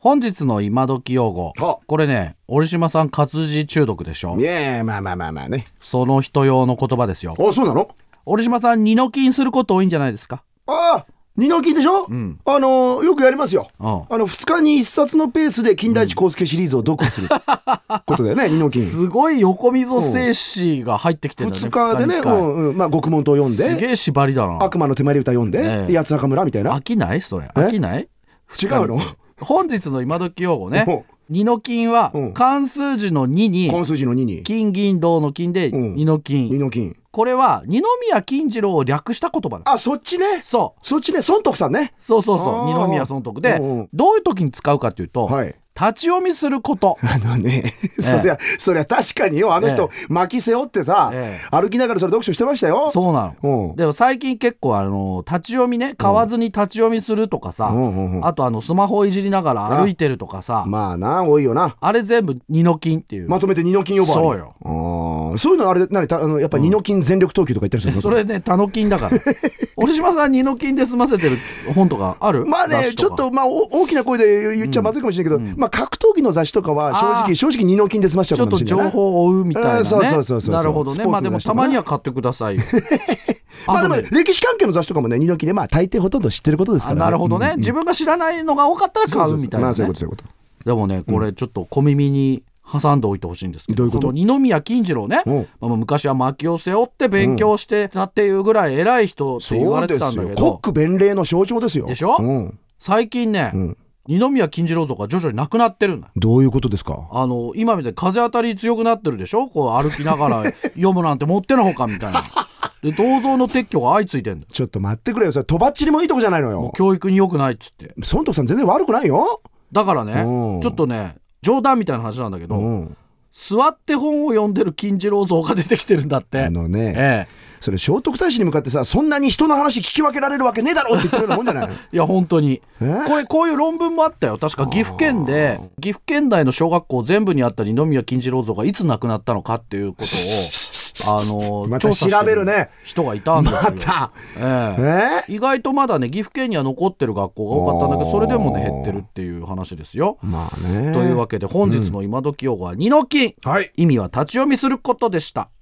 本日の今時用語、 はこれね、折島さん活字中毒でしょ。 いやまあね。 その人用の言葉ですよ。 あ、そうなの？ 折島さん、二の金すること多いんじゃないですか。 ああ、二の金でしょ、よくやりますよ。2日に1冊のペースで金田一耕助シリーズを読破することだよね、二の金。 すごい横溝正史が入ってきてるんだね。 2日でね、獄門島読んで、 すげえ縛りだな。 悪魔の手まり歌読んで、八つ中村みたいな。 飽きないそれ。飽きない？ 違うの？ 本日の今時用語ね。二の金は漢数字の2に金銀銅の金で二の金。 二の金。 これは二宮金次郎を略した言葉だ。 あ、そっちね。そっちね。孫徳さんね。 そう二宮孫徳で、どういう時に使うかというと、立ち読みすること。 そりゃ確かによ、あの人、巻き背負ってさ、歩きながらそれ読書してましたよ。 そうなの。でも最近結構立ち読みね、買わずに立ち読みするとかさ、あとスマホいじりながら歩いてるとかさ、 まあな、多いよな。 あれ全部二の金っていう。まとめて二の金呼ばわり。 そうよ。 そういうのあれやっぱ二の金全力投球とか言ったりするの？ それね、他の金だから折島さん二の金で済ませてる本とかある？ まあね、ちょっと大きな声で言っちゃまずいかもしれないけど、格闘技の雑誌とかは正直二の金で済ましちゃうかもしれない。 ちょっと情報を追うみたいなね。 そうなるほどね。まあでもたまには買ってくださいよ。 まあでも歴史関係の雑誌とかもね、二の金で大抵ほとんど知ってることですからね。 なるほどね。自分が知らないのが多かったら買うみたいなね。 そういうこと。 でもね、これちょっと小耳に挟んでおいてほしいんですけど、 どういうこと？ その二宮金次郎ね、昔は薪を背負って勉強してたっていうぐらい偉い人って言われてたんだけど、 コック弁礼の象徴ですよ。 でしょ？最近ね、二宮金次郎像が徐々になくなってるんだ。 どういうことですか？ 今みたいに風当たり強くなってるでしょ。こう歩きながら読むなんてもってのほかみたいな。で銅像の撤去が相次いでんだ。 ちょっと待ってくれよ、それとばっちりもいいとこじゃないのよ。 もう教育に良くないっつって。 孫徳さん全然悪くないよ。 だからね、ちょっとね、冗談みたいな話なんだけど、座って本を読んでる金次郎像が出てきてるんだって。それ聖徳太子に向かってさ、そんなに人の話聞き分けられるわけねえだろって言ってるようなもんじゃないの？いや本当にこういう論文もあったよ。確か岐阜県内の小学校全部にあった二宮金次郎像がいつ亡くなったのかっていうことをまた調べるね人がいたんですよ。意外とまだね、岐阜県には残ってる学校が多かったんだけど、それでもね減ってるっていう話ですよ。というわけで本日の今時用語は二の金、意味は立ち読みすることでした。